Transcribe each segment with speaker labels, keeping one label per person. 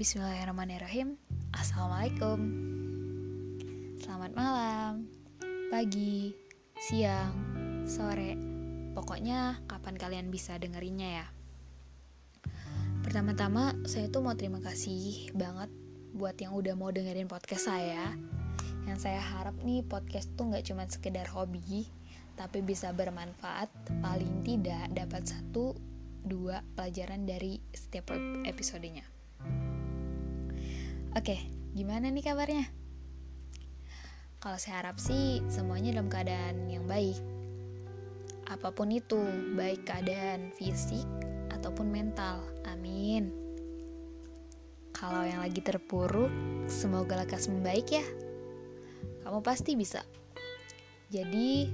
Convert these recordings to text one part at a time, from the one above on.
Speaker 1: Bismillahirrahmanirrahim. Assalamualaikum. Selamat malam, pagi, siang, sore. Pokoknya kapan kalian bisa dengerinnya ya. Pertama-tama saya tuh mau terima kasih banget buat yang udah mau dengerin podcast saya. Yang saya harap nih podcast tuh gak cuma sekedar hobi, tapi bisa bermanfaat, paling tidak dapat 1-2 pelajaran dari setiap episodenya. Oke, gimana nih kabarnya? Kalau saya harap sih semuanya dalam keadaan yang baik. Apapun itu, baik keadaan fisik ataupun mental. Amin. Kalau yang lagi terpuruk, semoga lekas membaik ya. Kamu pasti bisa. Jadi,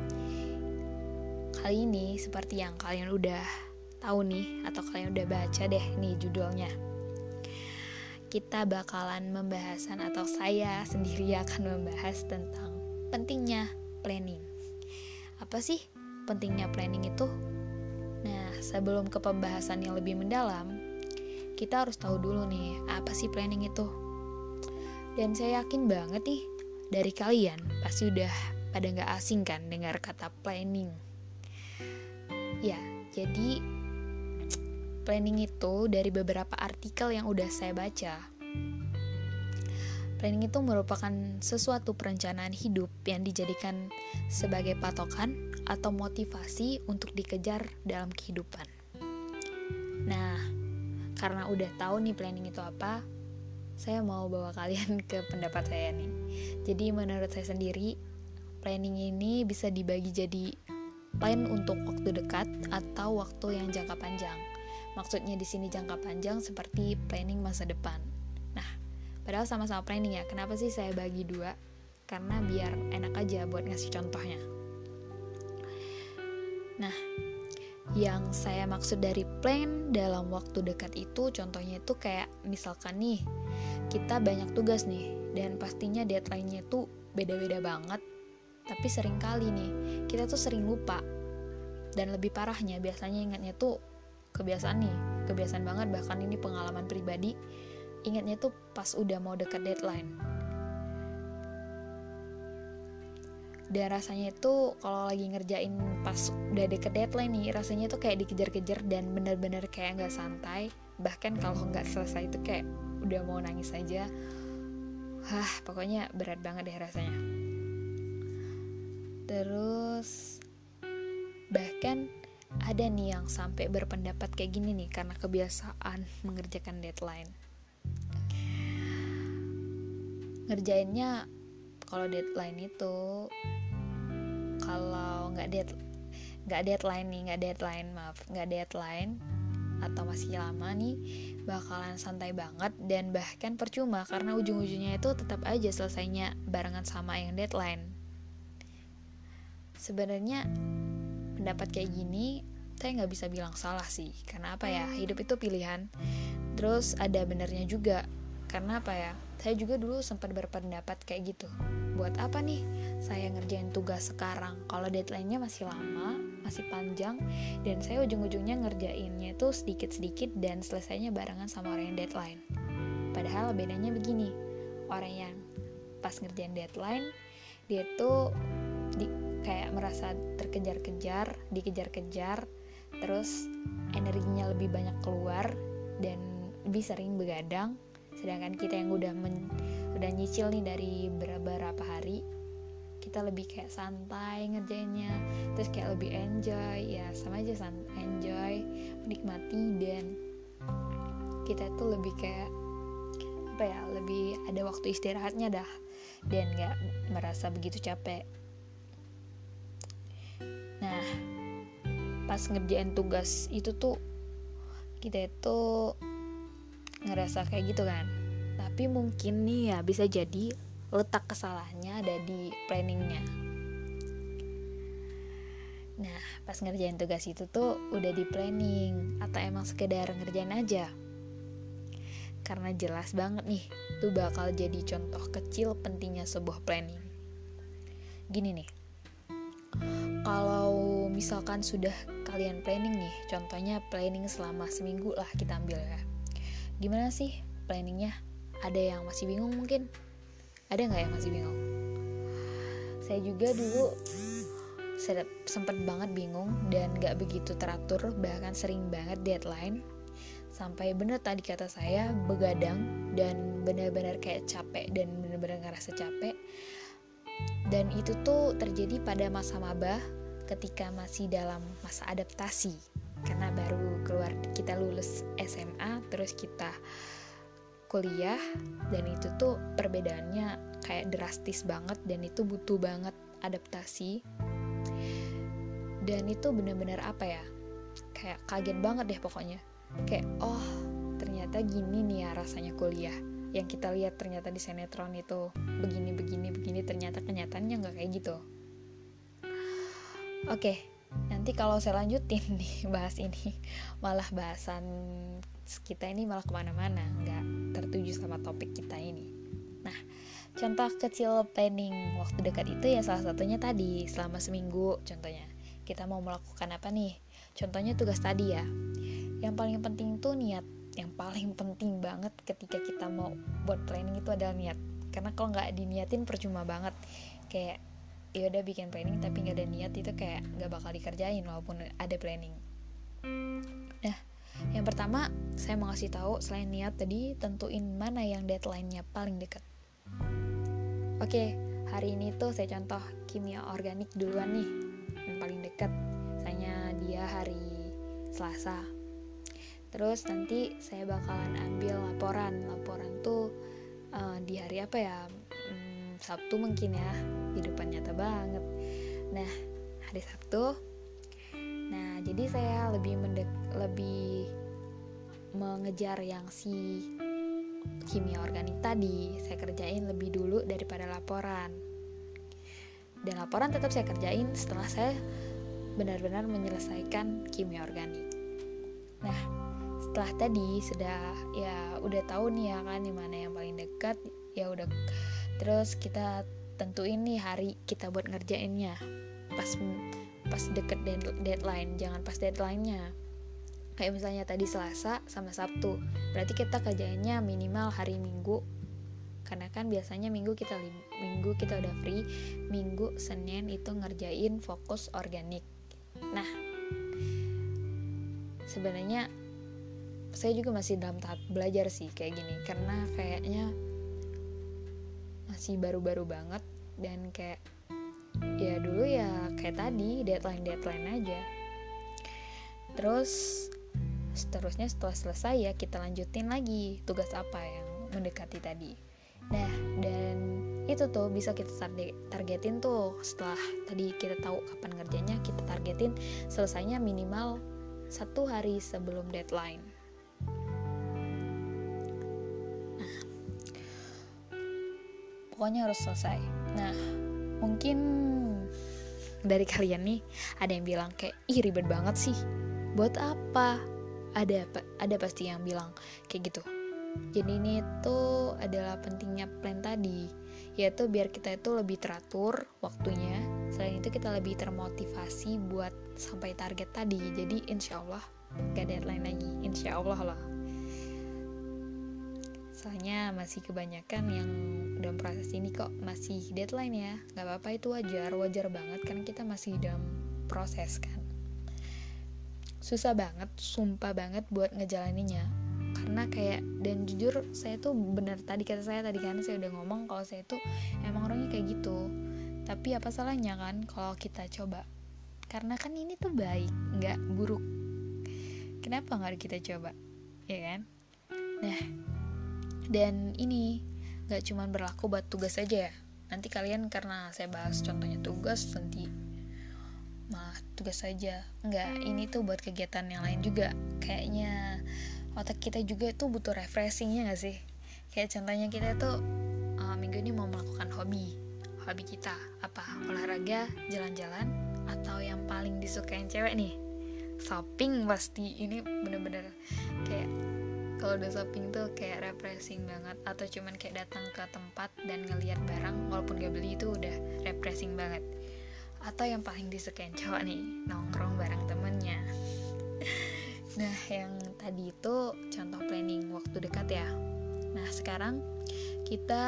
Speaker 1: kali ini seperti yang kalian udah tahu nih, atau kalian udah baca deh nih judulnya. Kita bakalan membahasan, atau saya sendiri akan membahas tentang pentingnya planning. Apa sih pentingnya planning itu? Nah, sebelum ke pembahasan yang lebih mendalam, kita harus tahu dulu nih, apa sih planning itu? Dan saya yakin banget nih, dari kalian pasti udah pada gak asing kan dengar kata planning. Ya, jadi planning itu dari beberapa artikel yang udah saya baca. Planning itu merupakan sesuatu perencanaan hidup yang dijadikan sebagai patokan atau motivasi untuk dikejar dalam kehidupan. Nah, karena udah tahu nih planning itu apa, saya mau bawa kalian ke pendapat saya nih. Jadi menurut saya sendiri, planning ini bisa dibagi jadi plan untuk waktu dekat atau waktu yang jangka panjang. Maksudnya di sini jangka panjang seperti planning masa depan. Nah, padahal sama-sama planning ya. Kenapa sih saya bagi 2? Karena biar enak aja buat ngasih contohnya. Nah, yang saya maksud dari plan dalam waktu dekat itu, contohnya itu kayak misalkan nih, kita banyak tugas nih, dan pastinya deadline-nya tuh beda-beda banget. Tapi sering kali nih, kita tuh sering lupa. Dan lebih parahnya, biasanya ingatnya tuh kebiasaan banget, bahkan ini pengalaman pribadi, ingatnya tuh pas udah mau dekat deadline. Dan rasanya itu kalau lagi ngerjain pas udah deket deadline nih, rasanya tuh kayak dikejar-kejar dan bener-bener kayak gak santai. Bahkan kalau gak selesai itu kayak udah mau nangis aja. Pokoknya berat banget deh rasanya. Terus bahkan ada nih yang sampai berpendapat kayak gini nih, karena kebiasaan mengerjakan deadline. Ngerjainnya kalau deadline itu, kalau nggak deadline atau masih lama nih, bakalan santai banget dan bahkan percuma karena ujung-ujungnya itu tetap aja selesainya barengan sama yang deadline. Sebenarnya pendapat kayak gini saya nggak bisa bilang salah sih, karena apa ya, hidup itu pilihan. Terus ada benernya juga, karena apa ya, saya juga dulu sempat berpendapat kayak gitu. Buat apa nih saya ngerjain tugas sekarang kalau deadline-nya masih lama, masih panjang, dan saya ujung-ujungnya ngerjainnya itu sedikit-sedikit dan selesainya barengan sama orang yang deadline. Padahal bedanya begini, orang yang pas ngerjain deadline, dia tuh kayak merasa dikejar-kejar, terus energinya lebih banyak keluar dan lebih sering begadang. Sedangkan kita yang udah nyicil nih dari beberapa hari, kita lebih kayak santai ngerjainnya, terus kayak lebih enjoy, ya sama aja enjoy, menikmati, dan kita tuh lebih kayak lebih ada waktu istirahatnya dah, dan gak merasa begitu capek. Nah, pas ngerjain tugas itu tuh kita itu ngerasa kayak gitu kan. Tapi mungkin nih ya, bisa jadi letak kesalahannya ada di planningnya. Nah, pas ngerjain tugas itu tuh udah di planning atau emang sekedar ngerjain aja? Karena jelas banget nih, tuh bakal jadi contoh kecil pentingnya sebuah planning. Gini nih, kalau misalkan sudah kalian planning nih, contohnya planning selama seminggu lah kita ambil ya. Gimana sih planningnya? Ada yang masih bingung mungkin? Ada nggak yang masih bingung? Saya juga dulu sempet banget bingung dan gak begitu teratur, bahkan sering banget deadline. Sampai bener tadi kata saya, begadang dan benar-benar kayak capek dan benar-benar ngerasa capek. Dan itu tuh terjadi pada masa maba ketika masih dalam masa adaptasi. Karena baru keluar, kita lulus SMA, terus kita kuliah, dan itu tuh perbedaannya kayak drastis banget dan itu butuh banget adaptasi. Dan itu benar-benar apa ya, kayak kaget banget deh pokoknya. Kayak oh ternyata gini nih ya rasanya kuliah. Yang kita lihat ternyata di sinetron itu begini, ternyata kenyataannya gak kayak gitu. Oke, nanti kalau saya lanjutin nih bahas ini, malah bahasan kita ini malah kemana-mana, gak tertuju sama topik kita ini. Nah, contoh kecil planning waktu dekat itu ya salah satunya tadi, selama seminggu contohnya kita mau melakukan apa nih. Contohnya tugas tadi ya. Yang paling penting tuh niat. Yang paling penting banget ketika kita mau buat planning itu adalah niat. Karena kalau nggak diniatin percuma banget. Kayak ya udah bikin planning tapi nggak ada niat, itu kayak nggak bakal dikerjain walaupun ada planning. Nah, yang pertama saya mau kasih tahu, selain niat tadi, tentuin mana yang deadline-nya paling dekat. Oke, hari ini tuh saya contoh kimia organik duluan nih, yang paling dekat. Misalnya dia hari Selasa. Terus nanti saya bakalan ambil laporan tuh di hari apa ya, Sabtu mungkin ya, di depan nyata banget. Nah, hari Sabtu. Nah, jadi saya lebih mengejar yang si kimia organik tadi. Saya kerjain lebih dulu daripada laporan. Dan laporan tetap saya kerjain setelah saya benar-benar menyelesaikan kimia organik. Nah, setelah tadi udah tahu nih ya kan, dimana yang paling dekat, ya udah. Terus kita tentuin nih hari kita buat ngerjainnya pas deket deadline, jangan pas deadline-nya. Kayak misalnya tadi Selasa sama Sabtu, berarti kita kerjainnya minimal hari Minggu. Karena kan biasanya Minggu kita udah free. Minggu, Senin itu ngerjain fokus organik. Nah, sebenarnya saya juga masih dalam tahap belajar sih kayak gini, karena kayaknya masih baru-baru banget. Dan kayak ya dulu ya kayak tadi deadline aja. Terus seterusnya setelah selesai ya kita lanjutin lagi tugas apa yang mendekati tadi. Nah, dan itu tuh bisa kita targetin tuh. Setelah tadi kita tahu kapan ngerjainnya, kita targetin selesainya minimal 1 hari sebelum deadline. Nah, pokoknya harus selesai. Nah, mungkin dari kalian nih ada yang bilang kayak, ih ribet banget sih, buat apa? Ada pasti yang bilang kayak gitu. Jadi ini tuh adalah pentingnya plan tadi, yaitu biar kita itu lebih teratur waktunya. Selain itu kita lebih termotivasi buat sampai target tadi. Jadi insya Allah gak deadline lagi, insya Allah lah. Soalnya masih kebanyakan yang dalam proses ini kok masih deadline ya. Gak apa-apa, itu wajar banget karena kita masih dalam proses kan. Susah banget, sumpah banget buat ngejalaninnya. Karena kayak, dan jujur saya tuh bener tadi kata saya tadi kan, saya udah ngomong kalau saya tuh emang orangnya kayak gitu. Tapi apa salahnya kan kalau kita coba? Karena kan ini tuh baik, gak buruk. Kenapa gak kita coba? Ya kan? Nah, dan ini gak cuma berlaku buat tugas aja ya. Nanti kalian, karena saya bahas contohnya tugas, nanti tugas saja. Enggak, ini tuh buat kegiatan yang lain juga. Kayaknya otak kita juga tuh butuh refreshingnya gak sih? Kayak contohnya kita tuh minggu ini mau melakukan hobi kita. Apa? Olahraga, jalan-jalan, atau yang paling disukain cewek nih, shopping pasti. Ini bener-bener kayak kalau udah shopping tuh kayak refreshing banget. Atau cuman kayak datang ke tempat dan ngelihat barang walaupun gak beli, itu udah refreshing banget. Atau yang paling disukain cowok nih, nongkrong bareng temennya. Nah, yang tadi itu contoh planning waktu dekat ya. Nah, sekarang kita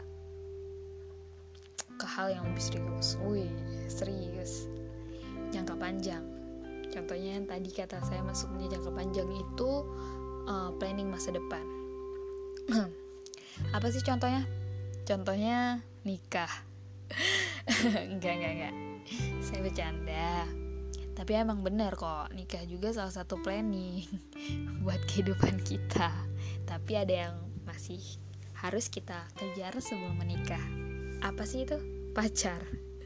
Speaker 1: ke hal yang lebih serius. Serius. Jangka panjang. Contohnya yang tadi kata saya masuknya jangka panjang itu planning masa depan. Apa sih contohnya? Contohnya nikah. Enggak. Saya bercanda. Tapi emang benar kok, nikah juga salah satu planning buat kehidupan kita. Tapi ada yang masih harus kita kejar sebelum menikah. Apa sih itu? Pacar.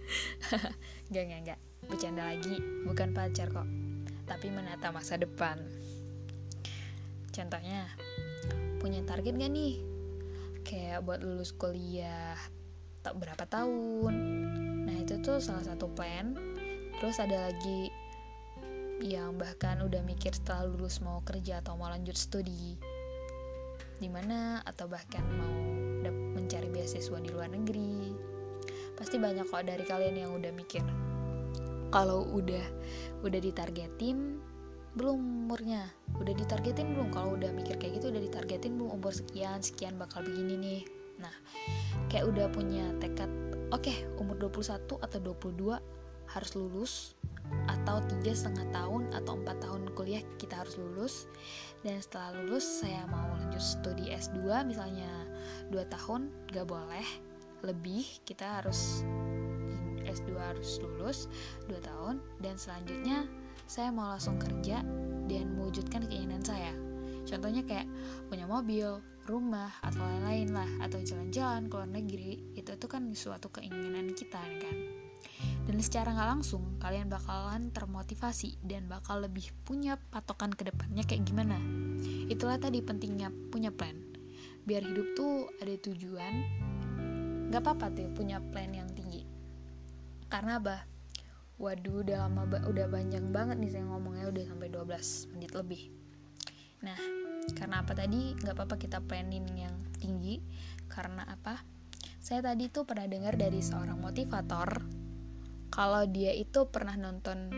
Speaker 1: Enggak. Bercanda lagi, bukan pacar kok. Tapi menata masa depan. Contohnya, punya target gak nih? Kayak buat lulus kuliah tak berapa tahun. Nah, itu tuh salah satu plan. Terus ada lagi yang bahkan udah mikir setelah lulus mau kerja atau mau lanjut studi di mana, atau bahkan mau mencari beasiswa di luar negeri. Pasti banyak kok dari kalian yang udah mikir. Kalau udah ditargetin belum umurnya? Udah ditargetin belum? Kalau udah mikir kayak gitu, udah ditargetin belum umur sekian bakal begini nih. Nah, kayak udah punya tekad, oke, umur 21 atau 22 harus lulus, atau 3,5 tahun atau 4 tahun kuliah kita harus lulus. Dan setelah lulus saya mau lanjut studi S2 misalnya 2 tahun, gak boleh lebih, kita harus S2 harus lulus 2 tahun. Dan selanjutnya saya mau langsung kerja dan mewujudkan keinginan saya. Contohnya kayak punya mobil, rumah, atau lain-lain lah, atau jalan-jalan ke luar negeri. Itu tuh kan suatu keinginan kita kan. Dan secara gak langsung kalian bakalan termotivasi dan bakal lebih punya patokan ke depannya kayak gimana. Itulah tadi pentingnya punya plan. Biar hidup tuh ada tujuan. Gak apa-apa tuh punya plan yang tinggi. Karena apa? Waduh, udah panjang banget nih saya ngomongnya, udah sampai 12 menit lebih. Nah, karena apa tadi? Gak apa-apa kita planning yang tinggi. Karena apa? Saya tadi tuh pernah dengar dari seorang motivator, kalau dia itu pernah nonton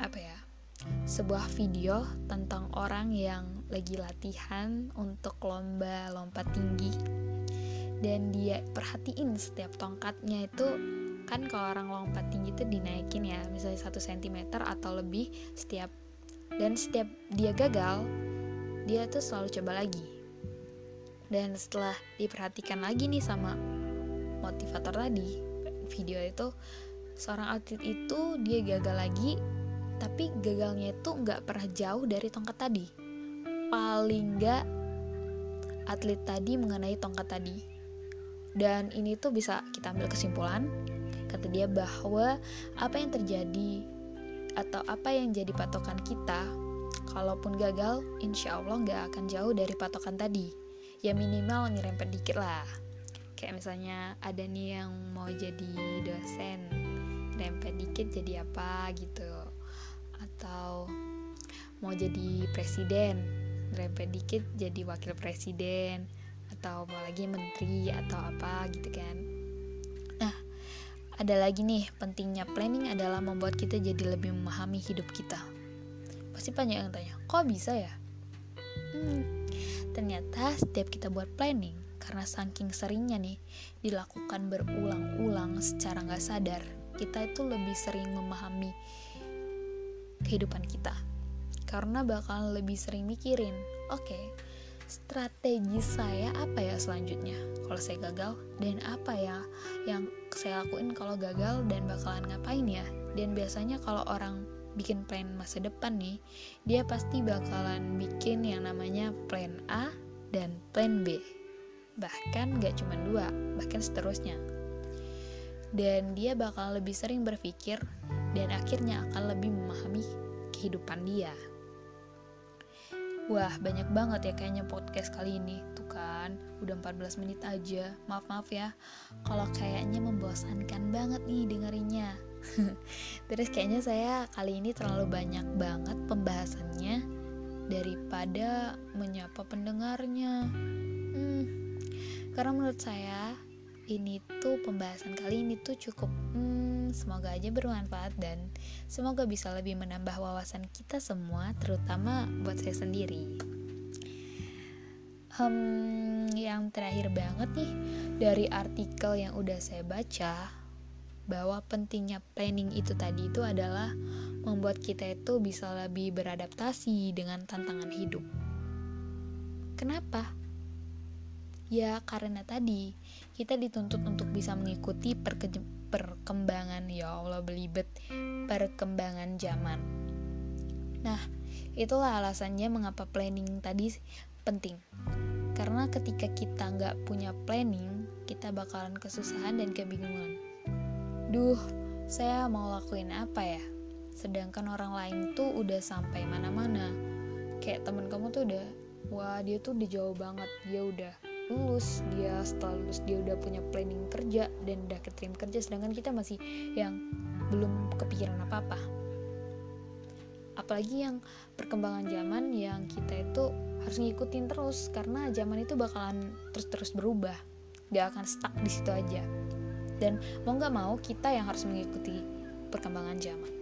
Speaker 1: sebuah video tentang orang yang lagi latihan untuk lomba lompat tinggi. Dan dia perhatiin setiap tongkatnya itu, kan kalau orang lompat tinggi itu dinaikin ya, misalnya 1 cm atau lebih setiap dia gagal, dia tuh selalu coba lagi. Dan setelah diperhatikan lagi nih sama motivator tadi, video itu, seorang atlet itu dia gagal lagi, tapi gagalnya itu gak pernah jauh dari tongkat tadi. Paling gak atlet tadi mengenai tongkat tadi. Dan ini tuh bisa kita ambil kesimpulan, kata dia, bahwa apa yang terjadi atau apa yang jadi patokan kita, kalaupun gagal, insya Allah gak akan jauh dari patokan tadi. Ya minimal nyerempet dikit lah. Kayak misalnya ada nih yang mau jadi dosen, nyerempet dikit jadi apa gitu. Atau mau jadi presiden, nyerempet dikit jadi wakil presiden, atau mau lagi menteri atau apa gitu kan. Nah, ada lagi nih, pentingnya planning adalah membuat kita jadi lebih memahami hidup kita. Pasti banyak yang tanya, kok bisa ya? Ternyata setiap kita buat planning, karena saking seringnya nih dilakukan berulang-ulang secara gak sadar, kita itu lebih sering memahami kehidupan kita. Karena bakal lebih sering mikirin, oke, strategi saya apa ya selanjutnya kalau saya gagal, dan apa ya yang saya lakuin kalau gagal, dan bakalan ngapain ya. Dan biasanya kalau orang bikin plan masa depan nih, dia pasti bakalan bikin yang namanya plan A dan plan B, bahkan gak cuma 2, bahkan seterusnya. Dan dia bakal lebih sering berpikir dan akhirnya akan lebih memahami kehidupan dia. Wah, banyak banget ya kayaknya podcast kali ini. Tuh kan, udah 14 menit aja. Maaf ya kalau kayaknya membosankan banget nih dengerinnya. Terus kayaknya saya kali ini terlalu banyak banget pembahasannya daripada menyapa pendengarnya. Karena menurut saya ini tuh pembahasan kali ini tuh cukup semoga aja bermanfaat dan semoga bisa lebih menambah wawasan kita semua, terutama buat saya sendiri. Yang terakhir banget nih, dari artikel yang udah saya baca, bahwa pentingnya planning itu tadi itu adalah membuat kita itu bisa lebih beradaptasi dengan tantangan hidup. Kenapa? Ya karena tadi kita dituntut untuk bisa mengikuti perkembangan, ya Allah belibet, perkembangan zaman. Nah, itulah alasannya mengapa planning tadi penting. Karena ketika kita nggak punya planning, kita bakalan kesusahan dan kebingungan. Duh, saya mau lakuin apa ya? Sedangkan orang lain tuh udah sampai mana-mana. Kayak teman kamu tuh udah, wah dia tuh udah jauh banget, dia udah lulus, dia setelah lulus dia udah punya planning kerja dan udah keterima kerja, sedangkan kita masih yang belum kepikiran apa-apa. Apalagi yang perkembangan zaman yang kita itu harus ngikutin terus, karena zaman itu bakalan terus-terus berubah, gak akan stuck di situ aja. Dan mau gak mau kita yang harus mengikuti perkembangan zaman.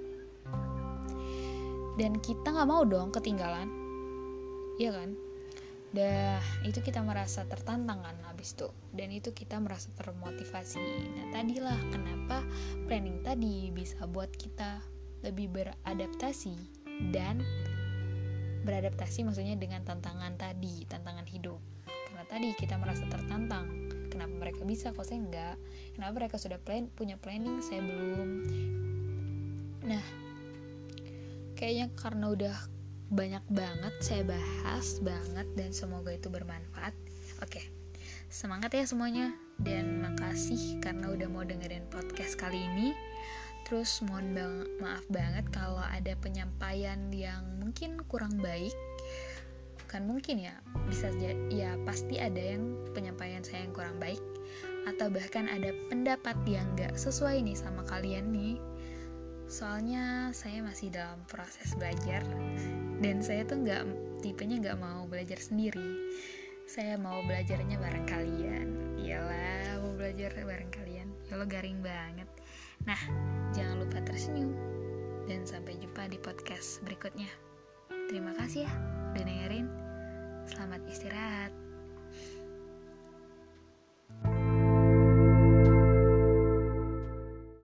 Speaker 1: Dan kita gak mau dong ketinggalan, iya kan? Itu kita merasa tertantang kan habis itu, dan itu kita merasa termotivasi. Nah tadilah kenapa planning tadi bisa buat kita lebih beradaptasi, dan beradaptasi maksudnya dengan tantangan tadi, tantangan hidup. Karena tadi kita merasa tertantang, kenapa mereka bisa kok saya enggak, kenapa mereka sudah punya planning saya belum. Nah kayaknya karena udah banyak banget saya bahas banget, dan semoga itu bermanfaat. Oke, semangat ya semuanya, dan makasih karena udah mau dengerin podcast kali ini. Terus mohon maaf banget kalau ada penyampaian yang mungkin kurang baik. Kan mungkin ya, bisa ya pasti ada yang penyampaian saya yang kurang baik, atau bahkan ada pendapat yang gak sesuai nih sama kalian nih. Soalnya saya masih dalam proses belajar, dan saya tuh tipenya gak mau belajar sendiri. Saya mau belajarnya bareng kalian. Iyalah, mau belajar bareng kalian. Yalah, garing banget. Nah, jangan lupa tersenyum, dan sampai jumpa di podcast berikutnya. Terima kasih ya udah dengerin. Selamat istirahat.